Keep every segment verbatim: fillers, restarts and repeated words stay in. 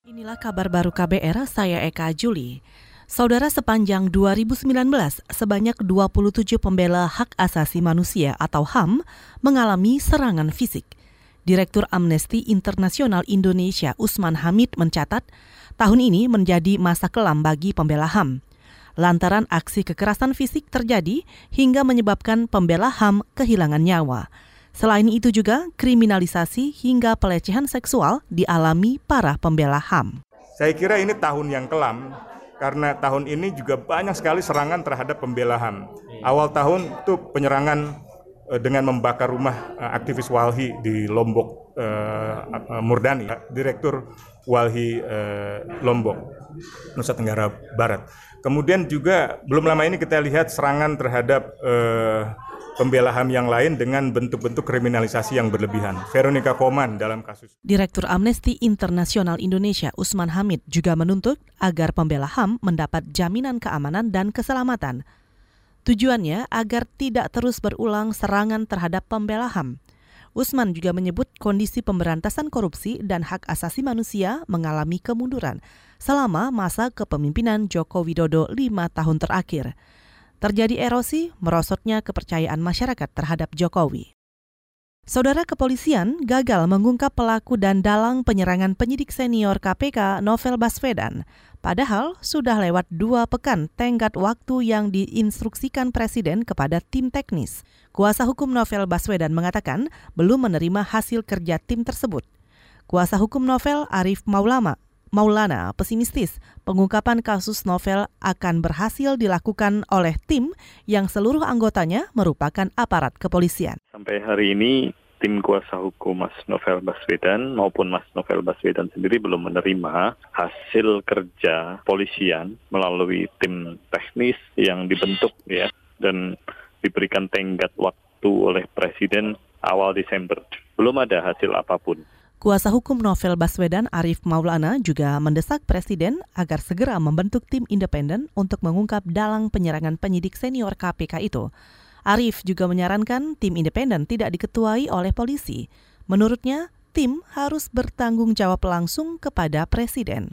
Inilah kabar baru K B R, saya Eka Juli. Saudara, sepanjang dua ribu sembilan belas, sebanyak dua puluh tujuh pembela hak asasi manusia atau H A M mengalami serangan fisik. Direktur Amnesty Internasional Indonesia Usman Hamid mencatat, tahun ini menjadi masa kelam bagi pembela H A M. Lantaran aksi kekerasan fisik terjadi hingga menyebabkan pembela H A M kehilangan nyawa. Selain itu juga, kriminalisasi hingga pelecehan seksual dialami para pembela H A M. Saya kira ini tahun yang kelam, karena tahun ini juga banyak sekali serangan terhadap pembela H A M. Awal tahun itu penyerangan eh, dengan membakar rumah eh, aktivis Walhi di Lombok, eh, Murdani, Direktur Walhi eh, Lombok, Nusa Tenggara Barat. Kemudian juga belum lama ini kita lihat serangan terhadap eh, pembela H A M yang lain dengan bentuk-bentuk kriminalisasi yang berlebihan. Veronica Koman dalam kasus. Direktur Amnesty Internasional Indonesia Usman Hamid juga menuntut agar pembela H A M mendapat jaminan keamanan dan keselamatan. Tujuannya agar tidak terus berulang serangan terhadap pembela H A M. Usman juga menyebut kondisi pemberantasan korupsi dan hak asasi manusia mengalami kemunduran selama masa kepemimpinan Joko Widodo lima tahun terakhir. Terjadi erosi, merosotnya kepercayaan masyarakat terhadap Jokowi. Saudara, kepolisian gagal mengungkap pelaku dan dalang penyerangan penyidik senior K P K Novel Baswedan. Padahal sudah lewat dua pekan tenggat waktu yang diinstruksikan Presiden kepada tim teknis. Kuasa hukum Novel Baswedan mengatakan belum menerima hasil kerja tim tersebut. Kuasa hukum Novel, Arif Maulama, Maulana pesimistis pengungkapan kasus Novel akan berhasil dilakukan oleh tim yang seluruh anggotanya merupakan aparat kepolisian. Sampai hari ini tim kuasa hukum Mas Novel Baswedan maupun Mas Novel Baswedan sendiri belum menerima hasil kerja polisian melalui tim teknis yang dibentuk ya dan diberikan tenggat waktu oleh Presiden awal Desember. Belum ada hasil apapun. Kuasa hukum Novel Baswedan, Arif Maulana, juga mendesak Presiden agar segera membentuk tim independen untuk mengungkap dalang penyerangan penyidik senior K P K itu. Arif juga menyarankan tim independen tidak diketuai oleh polisi. Menurutnya, tim harus bertanggung jawab langsung kepada Presiden.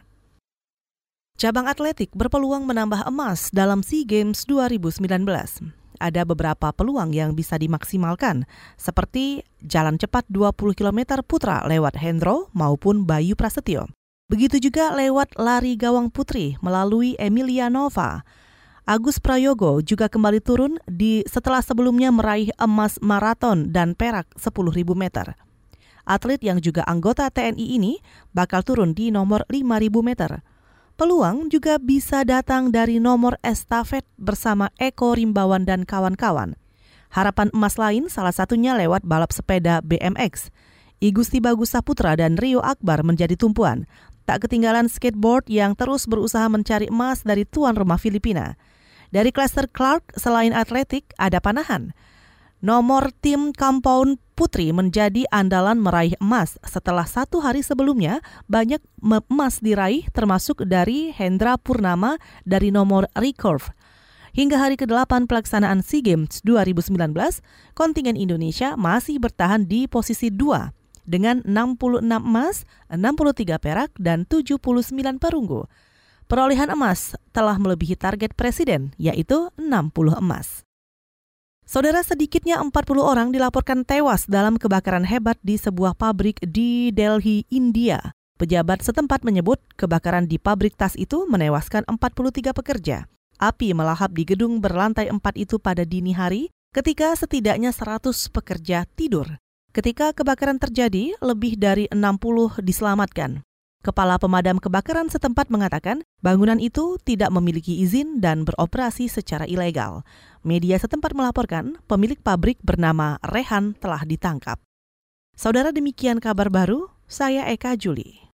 Cabang atletik berpeluang menambah emas dalam SEA Games dua ribu sembilan belas. Ada beberapa peluang yang bisa dimaksimalkan, seperti jalan cepat dua puluh kilometer putra lewat Hendro maupun Bayu Prasetyo. Begitu juga lewat lari gawang putri melalui Emilia Nova. Agus Prayogo juga kembali turun di setelah sebelumnya meraih emas maraton dan perak sepuluh ribu meter. Atlet yang juga anggota T N I ini bakal turun di nomor lima ribu meter. Peluang juga bisa datang dari nomor estafet bersama Eko Rimbawan dan kawan-kawan. Harapan emas lain salah satunya lewat balap sepeda B M X. I Gusti Bagus Saputra dan Rio Akbar menjadi tumpuan. Tak ketinggalan skateboard yang terus berusaha mencari emas dari tuan rumah Filipina. Dari klaster Clark, selain atletik, ada panahan. Nomor tim compound putri menjadi andalan meraih emas setelah satu hari sebelumnya banyak emas diraih termasuk dari Hendra Purnama dari nomor recurve. Hingga hari kedelapan pelaksanaan SEA Games dua ribu sembilan belas, kontingen Indonesia masih bertahan di posisi dua dengan enam puluh enam emas, enam puluh tiga perak, dan tujuh puluh sembilan perunggu. Perolehan emas telah melebihi target Presiden, yaitu enam puluh emas. Saudara, sedikitnya empat puluh orang dilaporkan tewas dalam kebakaran hebat di sebuah pabrik di Delhi, India. Pejabat setempat menyebut kebakaran di pabrik tas itu menewaskan empat puluh tiga pekerja. Api melahap di gedung berlantai empat itu pada dini hari ketika setidaknya seratus pekerja tidur. Ketika kebakaran terjadi, lebih dari enam puluh diselamatkan. Kepala Pemadam Kebakaran setempat mengatakan bangunan itu tidak memiliki izin dan beroperasi secara ilegal. Media setempat melaporkan pemilik pabrik bernama Rehan telah ditangkap. Saudara, demikian kabar baru, saya Eka Juli.